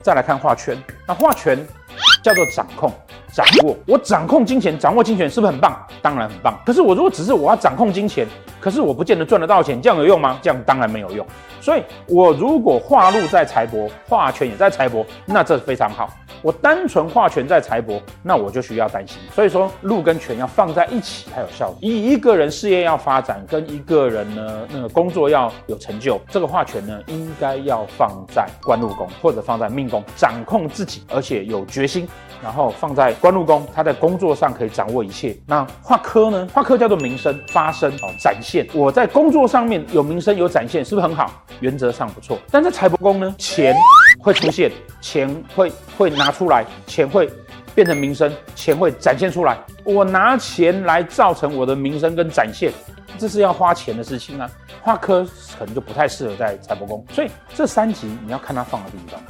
再来看化权，那化权叫做掌控、掌握。我掌控金钱、掌握金钱是不是很棒？当然很棒。可是我如果只是我要掌控金钱，可是我不见得赚得到钱，这样有用吗？这样当然没有用。所以我如果化禄在财帛，化权也在财帛，那这非常好。我单纯化权在财帛，那我就需要担心。所以说，禄跟权要放在一起才有效果。以一个人事业要发展，跟一个人呢那个工作要有成就，这个化权呢应该要放在官禄宫或者放在命宫，掌控自己，而且有决心。然后放在官禄宫，他在工作上可以掌握一切。那化科呢？化科叫做名声、发声、展现。我在工作上面有名声、有展现，是不是很好？原则上不错。但在财帛宫呢，钱会出现，钱会拿出来，钱会变成名声，钱会展现出来。我拿钱来造成我的名声跟展现，这是要花钱的事情啊。化科可能就不太适合在财帛宫，所以这3集你要看它放的地方。